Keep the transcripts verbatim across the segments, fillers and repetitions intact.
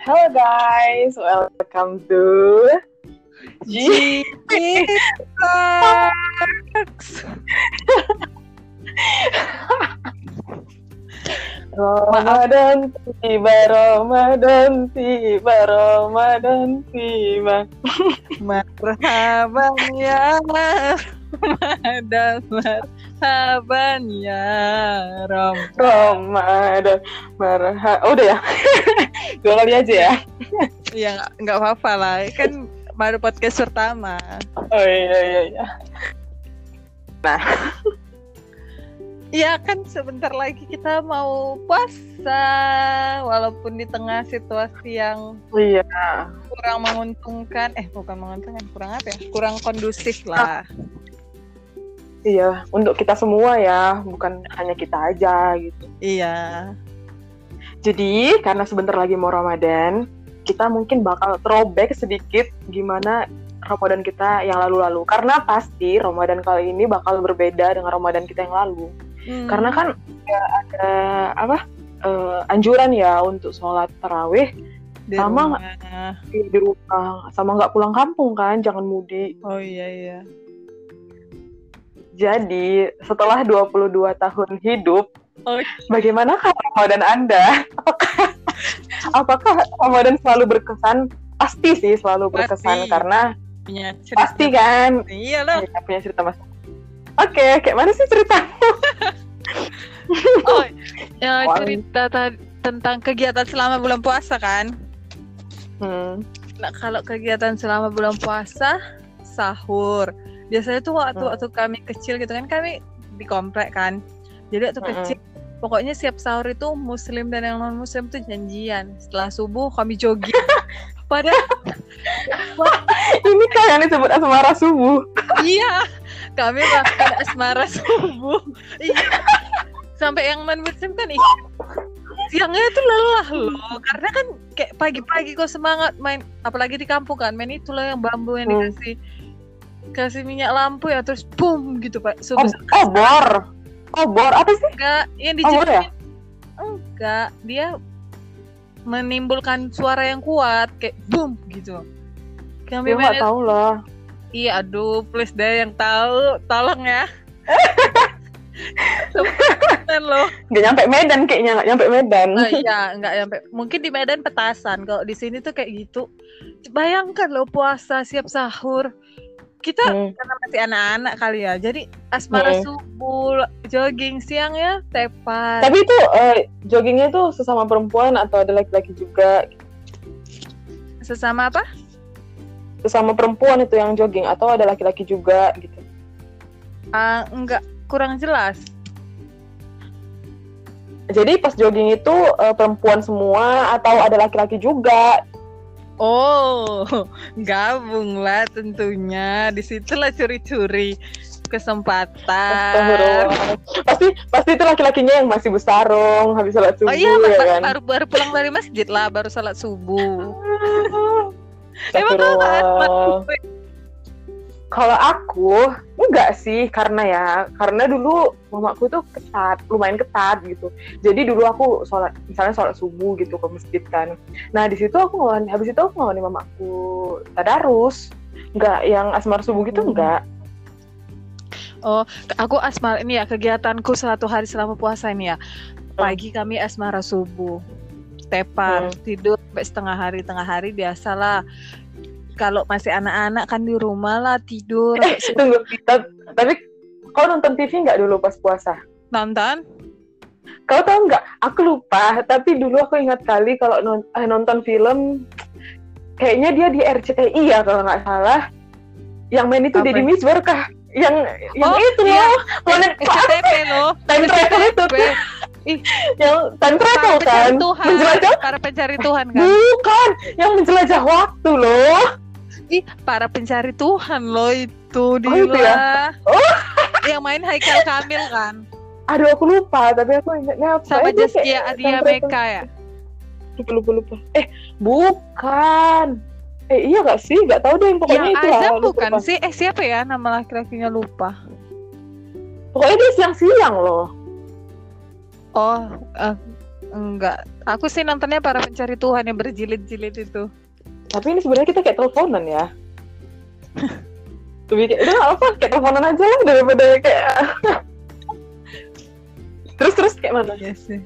Hello guys, welcome to G Talks. Ramadan tiba, Ramadan tiba, Ramadan tiba. Marhaban ya Ramadan, marhaban ya Rom. Ramadan, marha. Oh, udah ya? Dua kali aja ya? Ya nggak nggak apa-apa lah, kan baru podcast pertama. Oh iya iya iya. Nah, ya kan sebentar lagi kita mau puasa, walaupun di tengah situasi yang iya. kurang menguntungkan, eh bukan menguntungkan, kurang apa ya? Kurang kondusif lah. Iya, untuk kita semua ya, bukan hanya kita aja gitu. Iya. Jadi, karena sebentar lagi mau Ramadan, kita mungkin bakal throwback sedikit gimana Ramadan kita yang lalu-lalu. Karena pasti Ramadan kali ini bakal berbeda dengan Ramadan kita yang lalu. Hmm. Karena kan ya ada apa uh, anjuran ya untuk sholat tarawih di sama rumah. di rumah, sama nggak pulang kampung kan, jangan mudik. Oh iya iya. Jadi setelah dua puluh dua tahun hidup, oh. bagaimana Ramadan Anda? Apakah apakah Ramadan selalu berkesan? Pasti sih selalu berkesan. Pasti. Karena punya cerita. Pasti kan? Iya loh. Ya, punya cerita mas. Oke, kayak mana sih ceritamu? Oh, ya cerita t- tentang kegiatan selama bulan puasa kan? Hmm. Nah, kalau kegiatan selama bulan puasa, sahur. Biasanya tuh waktu hmm. waktu kami kecil gitu kan, kami di komplek kan. Jadi waktu hmm. kecil, pokoknya siap sahur itu muslim dan yang non muslim tuh janjian. Setelah subuh kami jogging. Padahal ini kan yang disebut asmara subuh. Iya, kami makan asmara subuh. Iya. Sampai yang non muslim kan ih, siangnya itu lelah loh, karena kan kayak pagi-pagi kok semangat main, apalagi di kampung kan, main itulah yang bambu yang hmm. dikasih kasih minyak lampu ya, terus boom gitu pak. Subuh oh, obor, obor apa sih? Enggak, yang dijadiin ya? Enggak, dia menimbulkan suara yang kuat kayak boom gitu. Kami nggak tahu lah. Iya, aduh, please deh yang tahu, tolong ya. Loh. Nggak nyampe Medan kayaknya, nggak nyampe Medan. Oh, iya, nggak nyampe. Mungkin di Medan petasan. Kalau di sini tuh kayak gitu. Bayangkan loh puasa siap sahur. Kita hmm. karena masih anak-anak kali ya. Jadi asmara hmm. subuh, jogging siang ya, tepat. Tapi itu uh, joggingnya tuh sesama perempuan atau ada laki-laki juga? Sesama apa? Sesama perempuan itu yang jogging atau ada laki-laki juga gitu? Uh, enggak, kurang jelas. Jadi pas jogging itu uh, perempuan semua atau ada laki-laki juga? Oh, gabung lah tentunya. Disitulah curi-curi kesempatan. Pasti pasti itu laki-lakinya yang masih bersarung habis sholat subuh. Oh iya, ya ba- kan? baru baru pulang dari masjid lah, baru sholat subuh. Emang kalau aku enggak sih, karena ya karena dulu mamaku tuh ketat, lumayan ketat gitu. Jadi dulu aku sholat, misalnya sholat subuh gitu ke masjid kan. Nah di situ aku ngelawan, habis itu aku ngelawan mamaku tadarus, enggak yang asmar subuh gitu hmm. enggak. Oh, aku asmar ini ya, kegiatanku satu hari selama puasa ini ya. Pagi hmm. kami asmara subuh, tepar, hmm. tidur sampai setengah hari, tengah hari biasalah. Kalau masih anak-anak kan di rumah lah tidur. Eh, tunggu, tapi kau nonton T V nggak dulu pas puasa? Nonton? Kau tahu nggak? Aku lupa, tapi dulu aku ingat kali kalau non- eh, nonton film, kayaknya dia di R C T I ya kalau nggak salah. Yang main itu Deddy Mizwar kah? Yang yang oh, itu iya. loh, planet S C T V loh. Time travel itu. Ih, yang time travel kan? Tuhan, menjelajah para pencari Tuhan kan? Bukan, yang menjelajah waktu loh. Ih, para pencari Tuhan loh itu dia. Oh, itu ya? Oh. Yang main Haikal Kamil kan? Aduh, aku lupa, tapi aku ingatnya apa? Sama Zaskia Adia Meka ya? Lupa, lupa, lupa. Eh, bukan. Eh, iya gak sih? Gak tahu deh yang pokoknya yang itu lah. Yang Azam bukan lupa. Sih? Eh, siapa ya nama laki-lakinya lupa. Pokoknya dia siang-siang loh. Oh, uh, Enggak. Aku sih nontonnya Para Pencari Tuhan yang berjilid-jilid itu. Tapi ini sebenarnya kita kayak teleponan ya. Tuh kayak udah apa kayak teleponan aja lah daripada kayak. terus terus kayak mana? Iya sih.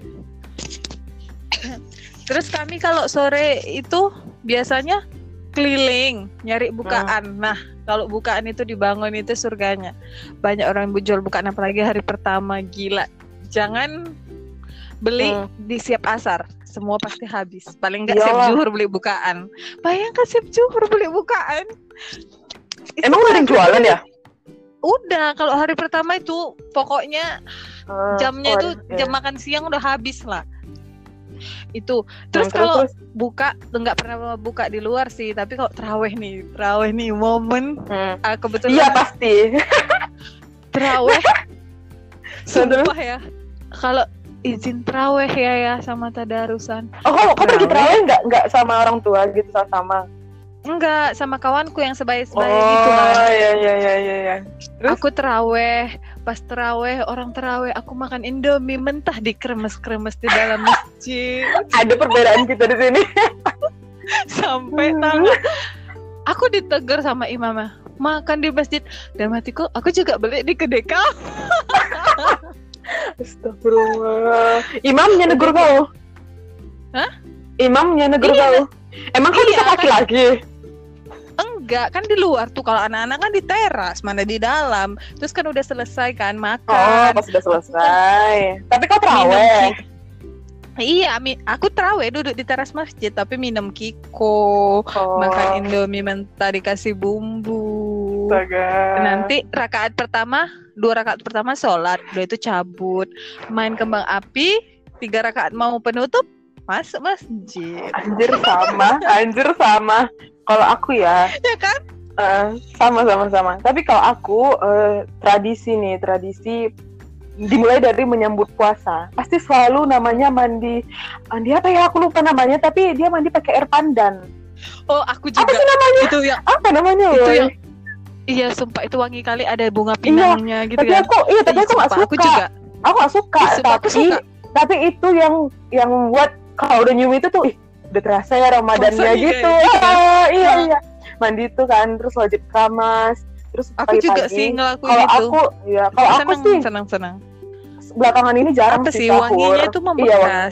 Terus kami kalau sore itu biasanya keliling nyari bukaan. Hmm. Nah, kalau bukaan itu dibangun itu surganya. Banyak orang jual bukaan apalagi hari pertama, gila. Jangan beli hmm. di siap asar, semua pasti habis. Paling enggak siap zuhur beli bukaan. Bayangkan siap zuhur beli bukaan. Emang udah ada yang jualan ya? Udah, kalau hari pertama itu pokoknya uh, jamnya oh, itu yeah. jam makan siang udah habis lah. Itu terus hmm, kalau terus. buka nggak pernah buka di luar sih, tapi kalau terawih nih terawih nih momen hmm. uh, kebetulan iya pasti terawih sumpah ya kalau izin terawih ya ya sama tadarusan. Oh kok kok pergi terawih nggak nggak sama orang tua gitu sama enggak sama kawanku yang sebaya-sebaya oh, gitu kan. Oh iya iya iya iya. Terus? Aku terawih, pas terawih orang terawih aku makan Indomie mentah di kremes-kremes di dalam masjid. Ada perbedaan kita di sini. Sampai tangan. Aku ditegur sama imamnya, makan di masjid. Dan hatiku, aku juga beli di kedai kau. Astagfirullah. Imamnya negur kau? Hah? Imamnya negur iya, kau? Emang kau bisa laki-laki? Enggak, kan di luar tuh kalau anak-anak kan di teras, mana di dalam. Terus kan udah selesai kan makan. Oh, pas sudah selesai. Tapi kau terawih? Iya, aku terawih duduk di teras masjid tapi minum Kiko, oh. makan Indomie mentah dikasih bumbu. Astaga. Nanti rakaat pertama, dua rakaat pertama sholat, dua itu cabut, main kembang api, tiga rakaat mau penutup, masuk masjid. Anjir sama, anjir sama. Kalau aku ya, ya kan? Uh, sama sama sama. Tapi kalau aku uh, tradisi nih, tradisi dimulai dari menyambut puasa. Pasti selalu namanya mandi, mandi apa ya? Aku lupa namanya. Tapi dia mandi pakai air pandan. Oh, aku juga. Apa sih namanya? Itu yang apa namanya? Itu woy? yang iya, sumpah itu wangi kali. Ada bunga pinangnya iya, gitu tapi kan. Aku, iya, tapi aku nggak suka. Aku juga. Aku nggak suka. Ih, sumpah, tapi, aku suka. tapi itu yang yang buat kalau udah nyium itu tuh, ih, udah terasa ya Ramadannya gitu. gitu kan? ah, iya nah. iya mandi itu kan terus wajib keramas terus aku pagi-pagi. juga sih ngelakuin kalau itu aku ya kalau aku sih senang senang belakangan ini jarang apa sih sih wanginya itu membekas.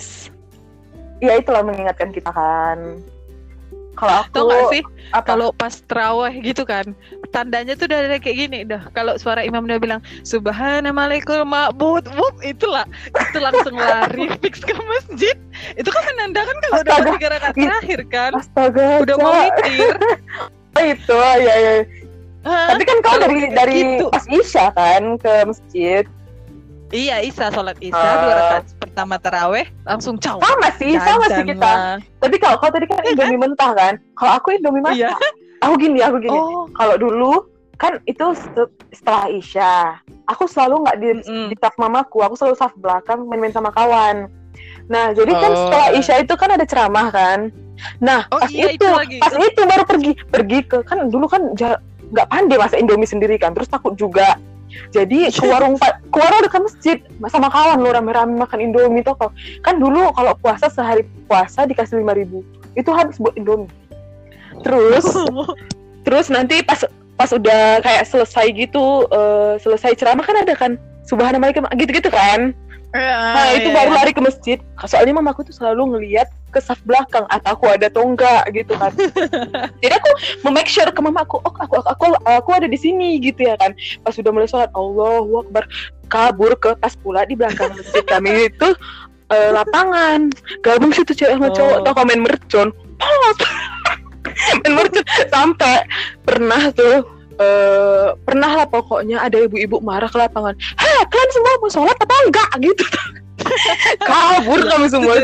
Iya itulah mengingatkan kita kan. Kalau aku tau gak sih apa? Kalau pas terawih gitu kan tandanya tuh udah kayak gini dah. Kalau suara imam udah bilang subhana malikul ma'bud wup, itulah itu langsung lari fix ke masjid. Itu kan menandakan kalau udah tiga rakaat terakhir kan. Astaga, udah mau witir. Itu ya ya. Tapi kan kau dari dari gitu. Pas Isya kan ke masjid. Iya, Isya, sholat Isya, uh, dua rakaat pertama taraweh, langsung caw. Sama sih, sama sih kita. Lah. Tapi kalau kau tadi kan ya, Indomie kan? mentah kan? Kalau aku Indomie masak. Iya. Aku gini, aku gini. Oh. Kalau dulu kan itu setelah Isya, aku selalu nggak di, mm. di saf mamaku, aku selalu saf belakang main-main sama kawan. Nah, jadi kan oh. setelah Isya itu kan ada ceramah kan. Nah, oh, pas iya, itu, itu pas itu baru pergi, pergi ke kan dulu kan nggak pandai masak Indomie sendiri kan, terus takut juga. Jadi ke warung ke warung dekat masjid sama kawan lo rame-rame makan Indomie tuh kok. Kan dulu kalau puasa sehari puasa dikasih lima ribu. Itu habis buat Indomie. Terus terus nanti pas pas udah kayak selesai gitu uh, selesai ceramah kan ada kan subhanallah gitu-gitu kan. Nah itu baru lari ke masjid. Soalnya mamaku tuh selalu ngelihat ke saf belakang atau aku ada atau enggak gitu kan. Jadi aku memake sure ke mamaku, oh aku aku aku ada di sini gitu ya kan. Pas sudah mulai sholat, Allahu Akbar, kabur ke pas pula di belakang masjid kami itu uh, lapangan. Gabung situ cewek sama cowok, tau komen mercon. Main mercon sampai pernah tuh Uh, pernah lah pokoknya ada ibu-ibu marah ke lapangan. Hah, kalian semua mau sholat apa enggak gitu. Kabur kami semua.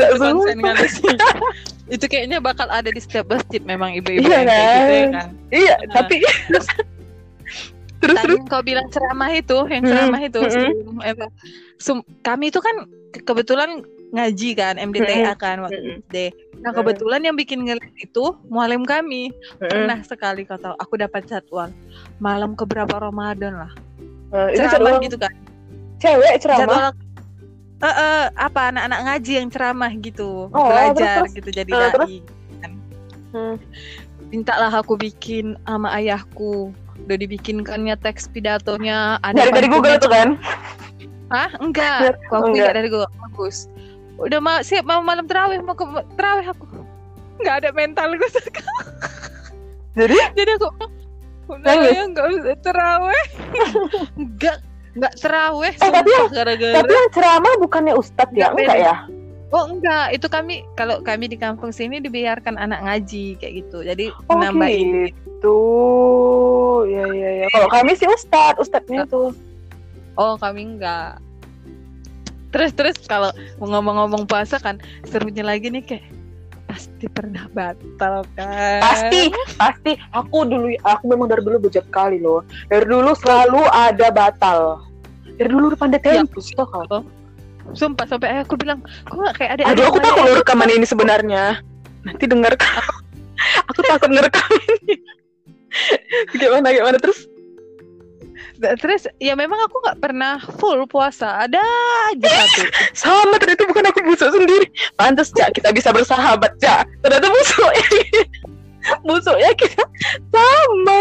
Itu kayaknya bakal ada di setiap masjid memang ibu-ibu iya, yang kayak gitu ya kan. Iya, nah. tapi terus terus terus yang kau bilang ceramah itu, yang ceramah hmm, itu hmm. sebelum sum, kami itu kan kebetulan ngaji kan M D T A kan waktu S D. Nah kebetulan yang bikin ngelit itu mualim kami. Pernah sekali kau tahu aku dapat jadwal malam keberapa Ramadan lah. Uh, ceramah gitu kan. Cewek ceramah. Jadwal, uh, uh, apa anak-anak ngaji yang ceramah gitu, Oh, belajar terus, gitu jadi uh, terus? dai kan. Hmm. Mintalah aku bikin sama ayahku, udah dibikinkannya teks pidatonya, ada Dari dari Google pantunnya. tuh kan? Hah? Enggak, Oh, aku enggak. enggak dari Google, bagus. Udah ma siap mau malam terawih, mau ke terawih aku. Enggak ada mental gue sekarang. Jadi Jadi aku udah Nangis? ya enggak usah terawih. Enggak, enggak terawih Eh, tapi sumpah yang- gara-gara. tapi yang ceramah bukannya ustadz ya? Enggak, Enggak Ben. ya? Oh enggak, itu kami kalau kami di kampung sini dibiarkan anak ngaji kayak gitu. Jadi Oh nambahin. gitu. Ya ya ya. Kalau kami sih ustadz, ustadznya tuh. Oh kami enggak. Terus terus kalau ngomong-ngomong puasa kan serunya lagi nih kayak pasti pernah batal kan? Pasti, pasti. Aku dulu, aku memang dari dulu bejat kali loh. Dari dulu selalu ada batal. Dari dulu pandai tempus toh kau. Sumpah sampai ayahku bilang, kok nggak kayak ada. Aduh, aku takut lo rekaman ini sebenarnya. Nanti denger. Aku takut ngerekam ini. Gimana gimana terus? Terus ya memang aku nggak pernah full puasa, ada aja satu. Sama, ternyata bukan aku busuk sendiri. Pantes Cak, kita bisa bersahabat Cak. Ternyata busuknya busuknya kita sama.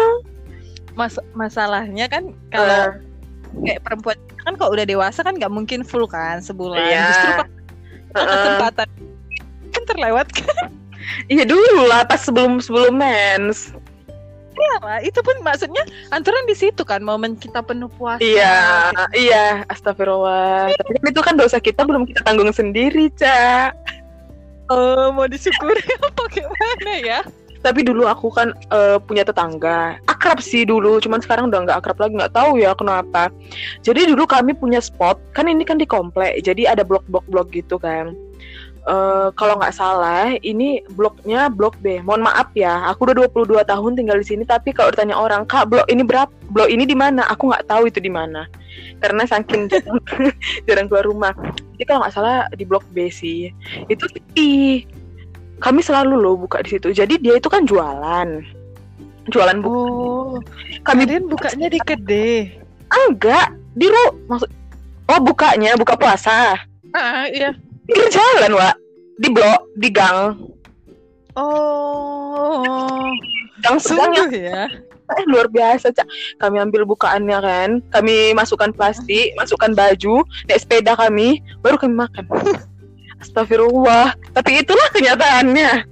Mas masalahnya kan kalau Uh, kayak perempuan kan kalau udah dewasa kan nggak mungkin full kan sebulan. Iya. Justru pas uh, kesempatan kan terlewatkan. Iya dulu lah, pas sebelum sebelum mens. Lah, itu pun maksudnya aturan di situ kan momen kita penuh puasa. Iya, iya, astagfirullah. Tapi kan itu kan dosa kita belum kita tanggung sendiri, Cak. Oh, mau disyukuri apa gimana ya? Tapi dulu aku kan eh, punya tetangga, akrab sih dulu, cuman sekarang udah nggak akrab lagi, nggak tahu ya kenapa. Jadi dulu kami punya spot, kan ini kan di komplek, jadi ada blok-blok-blok gitu kan. Eh, kalau nggak salah, ini bloknya blok B. Mohon maaf ya, aku udah dua puluh dua tahun tinggal di sini, tapi kalau ditanya orang, Kak, blok ini berapa? Blok ini di mana? Aku nggak tahu itu di mana. Karena saking jarang, jarang keluar rumah. Jadi kalau nggak salah di blok B sih. Itu sepi. Kami selalu loh buka di situ. Jadi dia itu kan jualan. Jualan buku. Oh, Kami kalian bukanya di kedai. enggak, di ru maksud Oh, bukanya buka puasa. Ah, iya. Pinggir jalan, Wak. Di blok, di gang. Oh, Gang sedang yang sungguh ya. eh, luar biasa, Cak. Kami ambil bukaannya kan. Kami masukkan plastik, masukkan baju, naik sepeda kami, baru kami makan. Astagfirullah. Tapi itulah kenyataannya.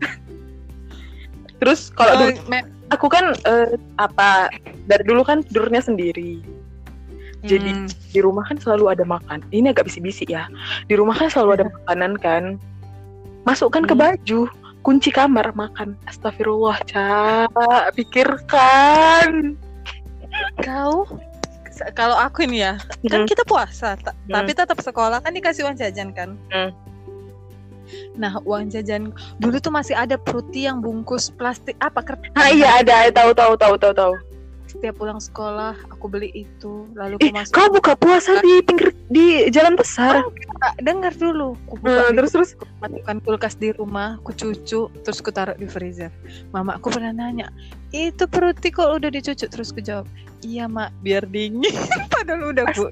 Terus kalau Oh, dulu, me- aku kan eh, apa dari dulu kan tidurnya sendiri. Jadi Hmm. di rumah kan selalu ada makan. Ini agak bisi-bisi ya. Di rumah kan selalu ada makanan kan. Masukkan ke Hmm. baju, kunci kamar makan. Astagfirullah, Cak. Pikirkan. Kau kalau aku ini ya, kan Hmm. kita puasa, ta- Hmm. tapi tetap sekolah kan dikasih uang jajan kan. Hmm. Nah, uang jajan dulu tuh masih ada fruity yang bungkus plastik apa kertas. Ah iya ada, tahu tahu tahu tahu tahu. Setiap pulang sekolah aku beli itu, lalu Eh, aku masuk. kau buka puasa di pinggir di jalan besar. Ah, dengar dulu. Aku buka Nah, di- terus terus. masukkan kulkas di rumah, aku cucu, terus aku taruh di freezer. Mama aku pernah nanya, itu fruity kok udah dicucu? Terus aku jawab, iya mak, biar dingin. Padahal udah bu.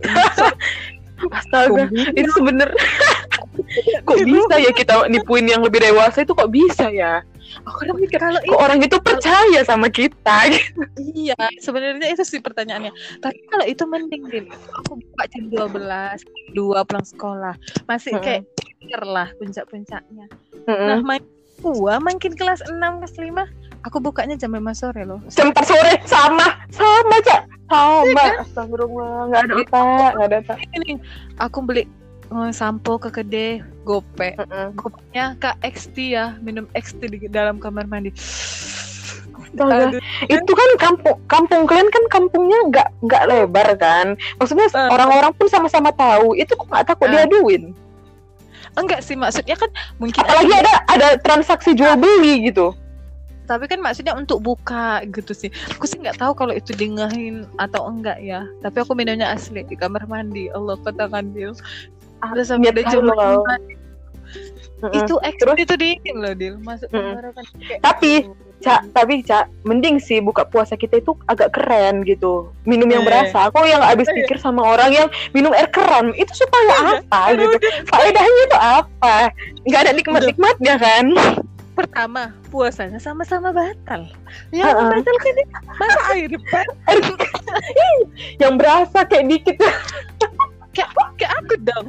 Astaga, itu sebenernya kok bisa ya kita nipuin yang lebih dewasa itu kok bisa ya? Aku kadang mikir Kalau kok orang itu percaya sama kita. iya, sebenarnya itu sih pertanyaannya. Tapi kalau itu mending Din. Aku buka jam dua belas, dua pulang sekolah. Masih Mm-mm. kayak pikir lah puncak-puncaknya. Mm-mm. Nah, main gua makin kelas enam, kelas lima, aku bukanya jam lima sore loh. Jam empat sore sama sama Cak sama. Astagfirullah, nggak ada otak, nggak ada otak. Ini aku beli eh, sampo ke kedai gope. Mm-mm. Gopenya Kak X T ya, minum X T di dalam kamar mandi. Astaga. Aduh, Itu kan kampung kampung kalian kan kampungnya nggak nggak lebar kan? Maksudnya Eh. orang-orang pun sama-sama tahu. Itu kok nggak takut Eh. diaduin? enggak sih, maksudnya kan mungkin Apalagi ada ada transaksi jual beli gitu. tapi kan maksudnya untuk buka gitu sih. Aku sih nggak tahu kalau itu dengahin atau enggak ya. Tapi aku minumnya asli di kamar mandi. Allah katakan Bil. Terus sampai Niat ada jam kau, kau. lima. Mm-mm. Itu Terus? ekstrim itu dingin loh, Dil. Masuk Mm-mm. tenggorokan kayak Tapi, gitu. Cak, tapi Cak, mending sih buka puasa kita itu agak keren gitu. Minum yang Eh. berasa. Aku yang habis Eh. pikir sama orang yang minum air keran, itu supaya apa Aduh, gitu. Faedahnya itu apa? Nggak ada nikmat-nikmatnya kan? Pertama, puasanya sama-sama batal. Yang Uh-uh. membatalkan ini masa air Pak? Yang berasa kayak dikit. Kayak, kayak aku dong.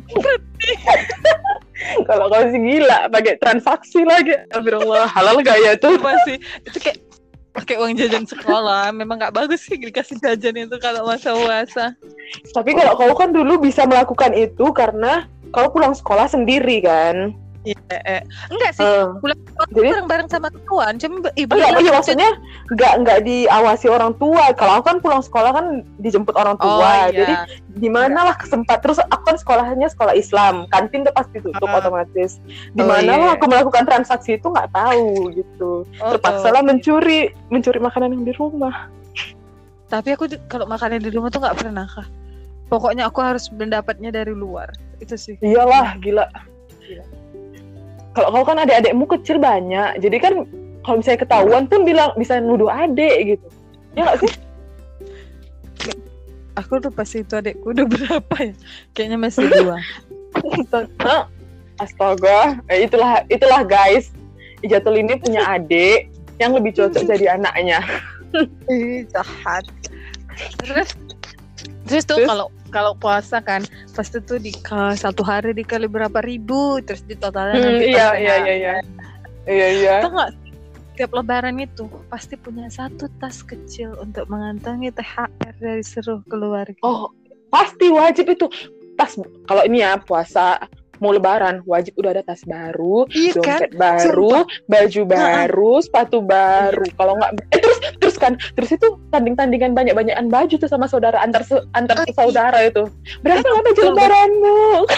Kalau kau sih gila, pakai transaksi lagi. Astagfirullah, halal gak ya tuh? Masih itu kayak pakai uang jajan sekolah. Memang nggak bagus sih dikasih jajan itu kalau masa puasa. Tapi kalau kau kan dulu bisa melakukan itu karena kau pulang sekolah sendiri kan? Iya, eh. enggak sih. Uh, Pulang sekolah jadi- bareng-bareng sama kawan. Cuma ibu Oh iya, iya maksudnya nggak nggak diawasi orang tua. Kalau aku kan pulang sekolah kan dijemput orang tua. Oh, iya. Jadi di mana lah kesempat. Terus aku kan sekolahnya sekolah Islam, kantin tuh pasti tutup Uh. otomatis. Di Oh, mana iya. lah aku melakukan transaksi itu nggak tahu gitu. Oh, Terpaksa oh. lah mencuri mencuri makanan yang di rumah. Tapi aku di- kalau makannya di rumah tuh nggak pernah kah. Pokoknya aku harus mendapatnya dari luar. Itu sih. Iyalah, gila. Gila. Kalau kau kan adik-adikmu kecil banyak, jadi kan kalau misalnya ketahuan pun bilang bisa nuduh adik gitu. Ya nggak sih? Aku tuh pas itu adekku udah berapa ya? Kayaknya masih dua. Hah? Astaga, eh, itulah itulah guys. Ijatul ini punya adik yang lebih cocok jadi anaknya. Ih, jahat. Terus terus tuh Terus? kalau kalau puasa kan pasti tuh di satu hari dikali berapa ribu terus di totalnya Hmm, nanti iya, pas iya, iya, iya. Iya, iya. Tau nggak, tiap lebaran itu pasti punya satu tas kecil untuk mengantongi T H R dari seluruh keluarga. Oh, pasti wajib itu. Tas kalau ini ya puasa mau lebaran wajib udah ada tas baru, Iya kan? dompet baru, baju baru, sepatu baru. Iya. Kalau nggak eh, terus terus kan terus itu tanding-tandingan banyak-banyakan baju tuh sama saudara antar se- antar Oh, saudara itu. Berapa nggak baju betul. lebaranmu?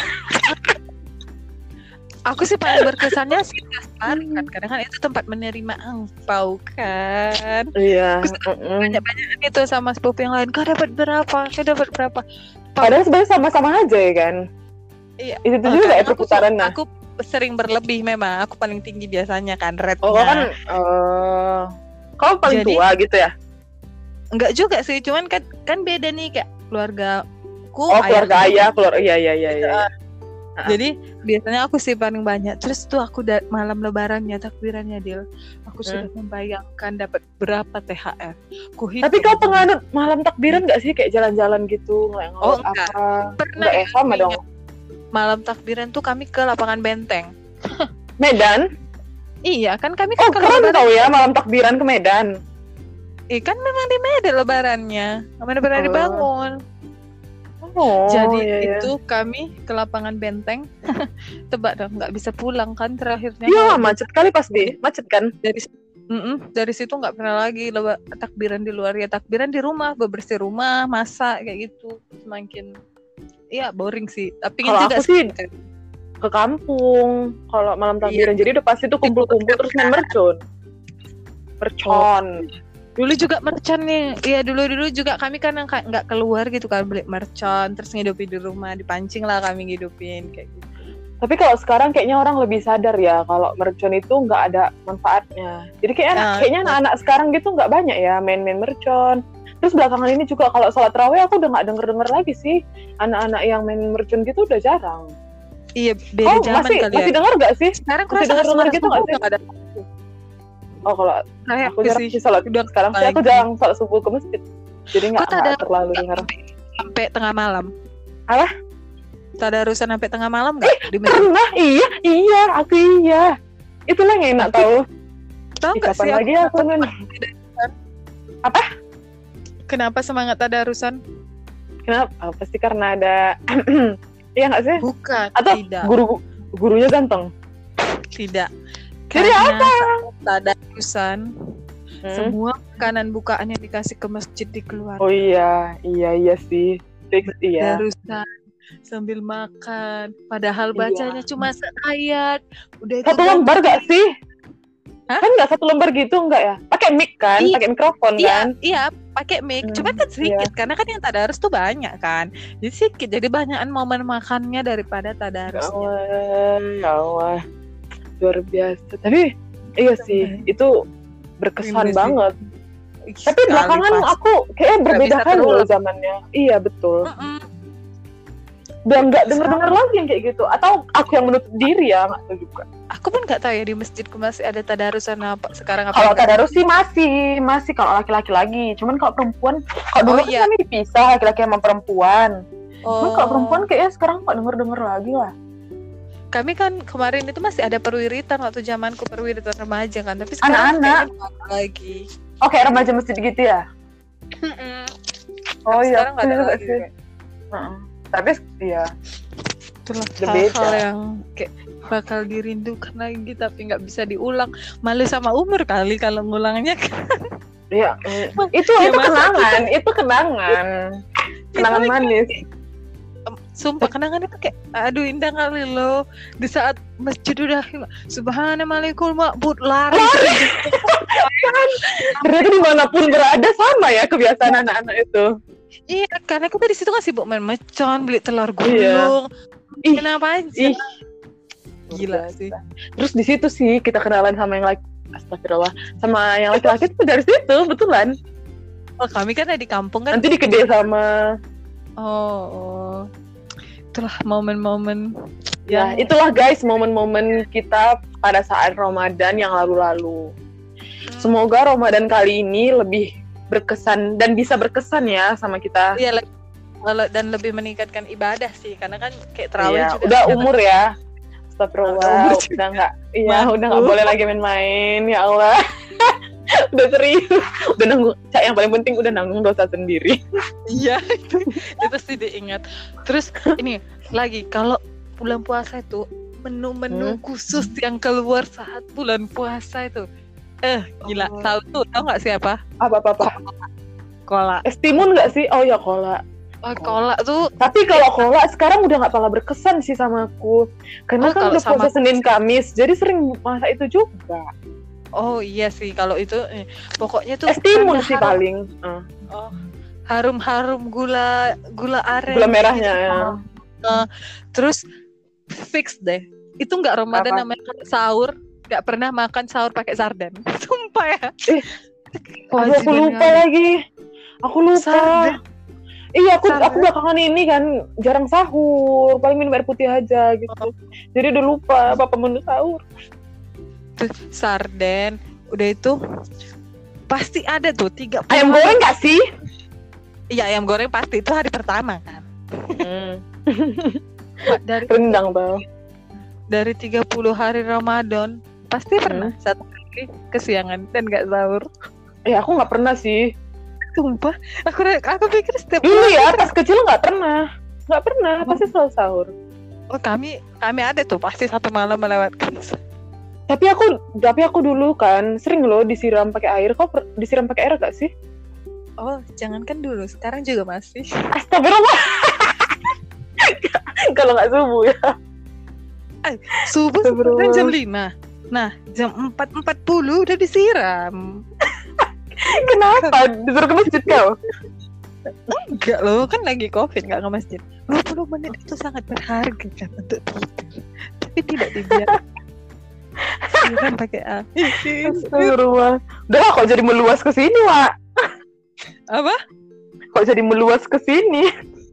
Aku sih paling berkesannya sih tas baru kan, karena kan itu tempat menerima angpau kan. Iya. Terus mm-mm. banyak-banyak itu sama sepupu yang lain. Kau dapat berapa? Kau dapat berapa? Padahal sebenarnya sama-sama aja ya kan. Iya. Itu Oh, juga ya kadang perputaran aku, nah. aku sering berlebih memang. Aku paling tinggi biasanya kan rate-nya. Oh kan, uh, kau paling Jadi- tua gitu ya? Enggak juga sih, cuman kan kan beda nih kayak keluargaku. Oh keluarga ayahku. ayah, keluarga iya iya iya. iya. Ah. Jadi biasanya aku sih paling banyak. Terus tuh aku da- malam lebarannya takbirannya Dil, aku Hmm. sudah membayangkan dapat berapa T H R. Ku hitung. Tapi kau penganut malam takbiran nggak sih kayak jalan-jalan gitu ngeleng Oh, enggak. apa? Pernah Enggak ya ya, sama kayaknya. dong. Malam takbiran tuh kami ke lapangan Benteng. Medan? Iya kan kami Oh kan kalau keren lebaran. tau ya malam takbiran ke Medan. Iya kan memang di Medan lebarannya. Mana pernah Oh. dibangun. Oh, Jadi iya, iya. itu kami ke lapangan Benteng. Tebak dong, nggak bisa pulang kan terakhirnya. Iya Kalau macet kali pasti, macet kan? dari Mm-mm, dari situ nggak pernah lagi leba, takbiran di luar, ya takbiran di rumah, bebersih rumah, masak kayak gitu. Semakin iya boring sih, tapi Kalau juga aku sih ke kampung kalau malam takbiran. Jadi udah pasti tuh kumpul-kumpul terus main mercon. Mercon. dulu juga mercon nih. Iya dulu-dulu juga kami kan yang kayak nggak keluar gitu kan, beli mercon terus ngidupin di rumah, dipancing lah kami ngidupin kayak gitu. Tapi kalau sekarang kayaknya orang lebih sadar ya kalau mercon itu nggak ada manfaatnya. Jadi kayak anak, Nah, kayaknya itu. anak-anak sekarang gitu nggak banyak ya main-main mercon. Terus belakangan ini juga kalau sholat tarawih aku udah nggak denger-denger lagi sih anak-anak yang main mercon gitu udah jarang. Iya beda Oh zaman masih kali masih ya. denger nggak sih? Sekarang masih kurasa dengar-dengar gitu nggak sih? nggak ada. Oh kalau Kayak aku jarang sih sholat udah sekarang sih aku lagi. jarang sholat subuh ke masjid. Jadi nggak Kok tak ada nggak terlalu dengar. sampai tengah malam. Apa? Tadarusan sampai tengah malam nggak di masjid? Pernah iya iya aku iya. Itulah yang enak tahu. Tahu Ih, nggak kapan sih lagi aku nun? Apa? Kenapa semangat tadarusan? Kenapa? Oh, pasti karena ada iya nggak sih? Bukan, Atau tidak, guru gurunya ganteng. tidak. Jadi Karena tadarusan, Hmm. semua makanan bukaan yang dikasih ke masjid dikeluarkan. Oh iya, iya iya sih. Fix iya. Tadarusan sambil makan, padahal Iya. bacanya cuma seayat. Udah itu Satu doang. lembar gak sih? Hah? Kan nggak satu lembar gitu nggak ya? Pakai mic kan? Iya. Pakai mikrofon Iya, kan? iya, pakai mic. Hmm, Cuma kan sedikit karena kan yang tadarus tuh banyak kan. Jadi sedikit. Jadi banyakan momen makannya daripada Ya tadarusnya. Allah, ya Allah. luar biasa. Tapi iya sih, itu berkesan Rindu sih. banget. Ih, Tapi sekali belakangan pas. aku kayak berbeda bisa kan loh terulang. zamannya. Iya betul. Mm-mm. Udah nggak denger-denger lagi yang kayak gitu. Atau aku yang menutup diri ya, nggak tahu juga. Aku pun nggak tahu ya di masjidku masih ada tadarusan apa sekarang apa Kalau enggak. tadarus sih masih, masih kalau laki-laki lagi. Cuman kalau perempuan, kalau dulu Oh, kan iya. kami dipisah laki-laki sama perempuan. Cuman Oh, kalau perempuan kayaknya sekarang nggak denger-denger lagi lah. kami kan kemarin itu masih ada perwiritan waktu zamanku perwiritan remaja kan, tapi sekarang Anak-anak. kayaknya nggak ada lagi. Oh kayak remaja masjid gitu ya? Mm-mm. Oh Tapi iya, sekarang nggak ada juga lagi. sih. Heeh. Tapi iya, Itulah Berbeda. hal-hal yang kayak bakal dirindukan lagi tapi nggak bisa diulang. Malu sama umur kali kalau ngulangnya. iya. mm, itu Ya, itu masa kenangan, itu kenangan, kenangan Itu lagi- manis. Em, Sumpah kenangan itu kayak aduh indah kali loh. Di saat masjid udah subhanallah ma'bud lari. Ternyata dimanapun berada sama ya kebiasaan anak-anak itu. Iya, karena kita di situ kan sibuk main mercon, beli telur Iya. gulung. Ih, Kenapa aja? ih. Gila Luar sih. biasa. Terus di situ sih kita kenalan sama yang laki, astagfirullah, sama yang laki-laki itu dari situ betulan. Oh, kami kan ada di kampung kan. Nanti di Kedai sama Oh, oh. Itulah momen-momen ya yang itulah guys momen-momen kita pada saat Ramadan yang lalu-lalu. Semoga Ramadan kali ini lebih berkesan dan bisa berkesan ya sama kita. iya le- le- dan lebih meningkatkan ibadah sih karena kan kayak terawih Iya, juga udah kan umur ya. Udah Astagfirullah, umur udah nggak, iya Mampu. udah nggak boleh lagi main-main ya Allah. Udah serius, udah nanggung. Cak, yang paling penting udah nanggung dosa sendiri. iya itu itu sih diingat. Terus ini lagi kalau bulan puasa itu menu-menu Hmm. khusus yang keluar saat bulan puasa itu eh gila Oh. tahu tuh tahu nggak siapa Apa apa apa? Kola. Es timun nggak sih? Oh ya kola. Oh, Kola tuh Tapi kalau kola sekarang udah nggak pernah berkesan sih sama aku. Karena Oh, kan kalau udah sama puasa Senin Kamis, jadi sering masak itu juga. oh iya sih kalau itu eh, pokoknya tuh Es timun ada sih harum- paling. Uh, oh, harum-harum gula gula aren gula merahnya gitu. ya. Eh, terus fix deh itu nggak Ramadan Apa? namanya sahur nggak pernah makan sahur pakai sarden sumpah ya. Eh, Aduh, aku Kewajiban lupa kali. lagi. Aku lupa. Sarden. Iya, aku Sarden. aku belakangan ini kan jarang sahur, paling minum air putih aja gitu. Jadi udah lupa apa menu sahur. Tuh, sarden udah itu pasti ada tuh tiga puluh Ayam goreng nggak sih? iya ayam goreng pasti itu hari pertama kan. Hmm, dari rendang bang. dari tiga puluh hari Ramadan pasti pernah satu kali kesiangan dan nggak sahur. Eh aku nggak pernah sih. Sumpah, aku aku pikir setiap Dulu bulan ya itu- pas kecil nggak pernah, nggak pernah. Pasti selalu sahur. Oh, kami kami ada tuh pasti satu malam melewatkan. Tapi aku tapi aku dulu kan sering loh disiram pakai air. Kau per- disiram pakai air gak sih? Oh, jangankan dulu, sekarang juga masih. Astagfirullah. Kalau nggak subuh ya. Subuh Astagfirullah. sebenarnya jam lima. Nah, jam empat empat puluh udah disiram. Kenapa? Disuruh ke masjid kau? Enggak loh, kan lagi Covid, enggak ke masjid. dua puluh menit itu sangat berharga kan untuk tidur. Tapi tidak dibiarkan. Siram pakai air. Astagfirullah. Udah lah, kok jadi meluas ke sini, Wak? Apa? Kok jadi meluas ke sini?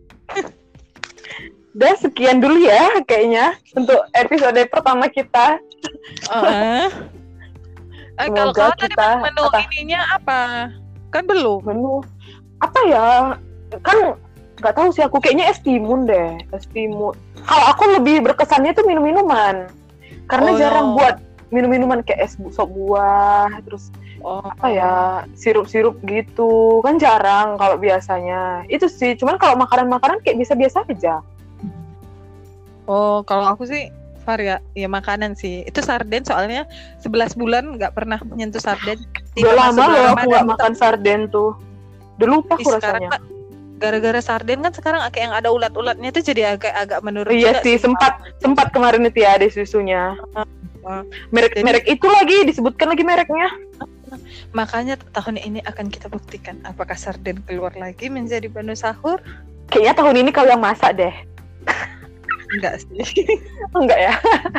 Udah sekian dulu ya kayaknya untuk episode pertama kita. Uh, eh, kalau Semoga kau tadi kita- menu apa? ininya apa? Kan belum. Menu apa ya? Kan nggak tahu sih aku, kayaknya es timun deh, es timun. Kalau aku lebih berkesannya tuh minum-minuman. Karena Oh, jarang ya. buat minum-minuman kayak es bu- sop buah, terus Oh, apa ya, sirup-sirup gitu. Kan jarang kalau biasanya. Itu sih, cuman kalau makanan-makanan kayak biasa-biasa aja. Oh, kalau aku sih varia ya makanan sih. Itu sarden soalnya sebelas bulan nggak pernah menyentuh sarden. Udah lama masuk loh bulan aku nggak Ramadan. makan sarden tuh. Udah lupa Ih, aku sekarang rasanya. kan gara-gara sarden kan sekarang kayak yang ada ulat-ulatnya itu jadi agak agak menurun. Iya juga sih, sempat sempat kemarin itu ya ada susunya. Merek Jadi- merek itu lagi disebutkan lagi mereknya. Makanya tahun ini akan kita buktikan apakah sarden keluar lagi menjadi menu sahur? Kayaknya tahun ini kau yang masak deh. Enggak sih. Enggak ya?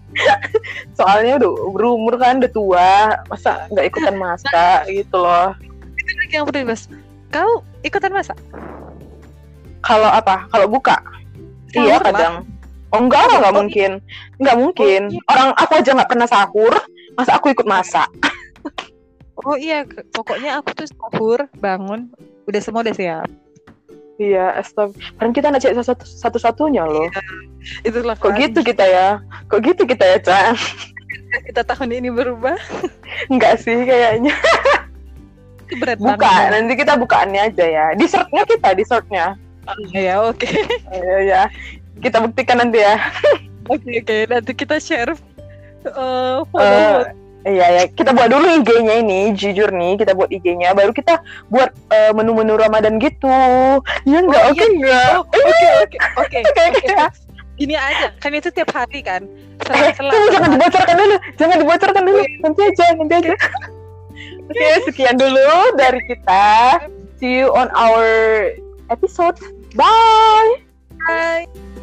Soalnya udah berumur kan, udah tua, masa nggak ikutan masak gitu loh. Itu lagi yang perlu dibahas. Kau ikutan masak? Kalau apa? Kalau buka? Sahur Iya lah. kadang. Oh enggak lah, nggak mungkin, nggak mungkin. Oh, iya. Orang aku aja nggak pernah sahur, masa aku ikut masak? Oh iya, ke- pokoknya aku tuh sahur, bangun, udah semua udah siap. Iya, astag. Kan kita anak cewek satu satu-satunya loh. Itulah Kok kan. gitu kita ya? Kok gitu kita ya, Cak? Kita tahun ini berubah. Enggak sih kayaknya. Berat Buka, banget. nanti kita bukaannya aja ya. Dessertnya kita, dessertnya. Ya oke. Iya ya. Kita buktikan nanti ya. Oke oke, nanti kita share uh, Eh, foto. iya ya, kita buat dulu I G-nya ini, jujur nih, kita buat I G-nya, baru kita buat eh, menu-menu Ramadan gitu. Ya enggak, Oh, oke iya. enggak? Oh, Oke oke oke. Oke, oke. oke. Gini aja, kan itu tiap hari kan. Eh, Selang-selang. tunggu, jangan dibocorkan dulu, jangan dibocorkan dulu, nanti aja, nanti aja. Oke, sekian dulu dari kita. See you on our episode. Bye. Bye.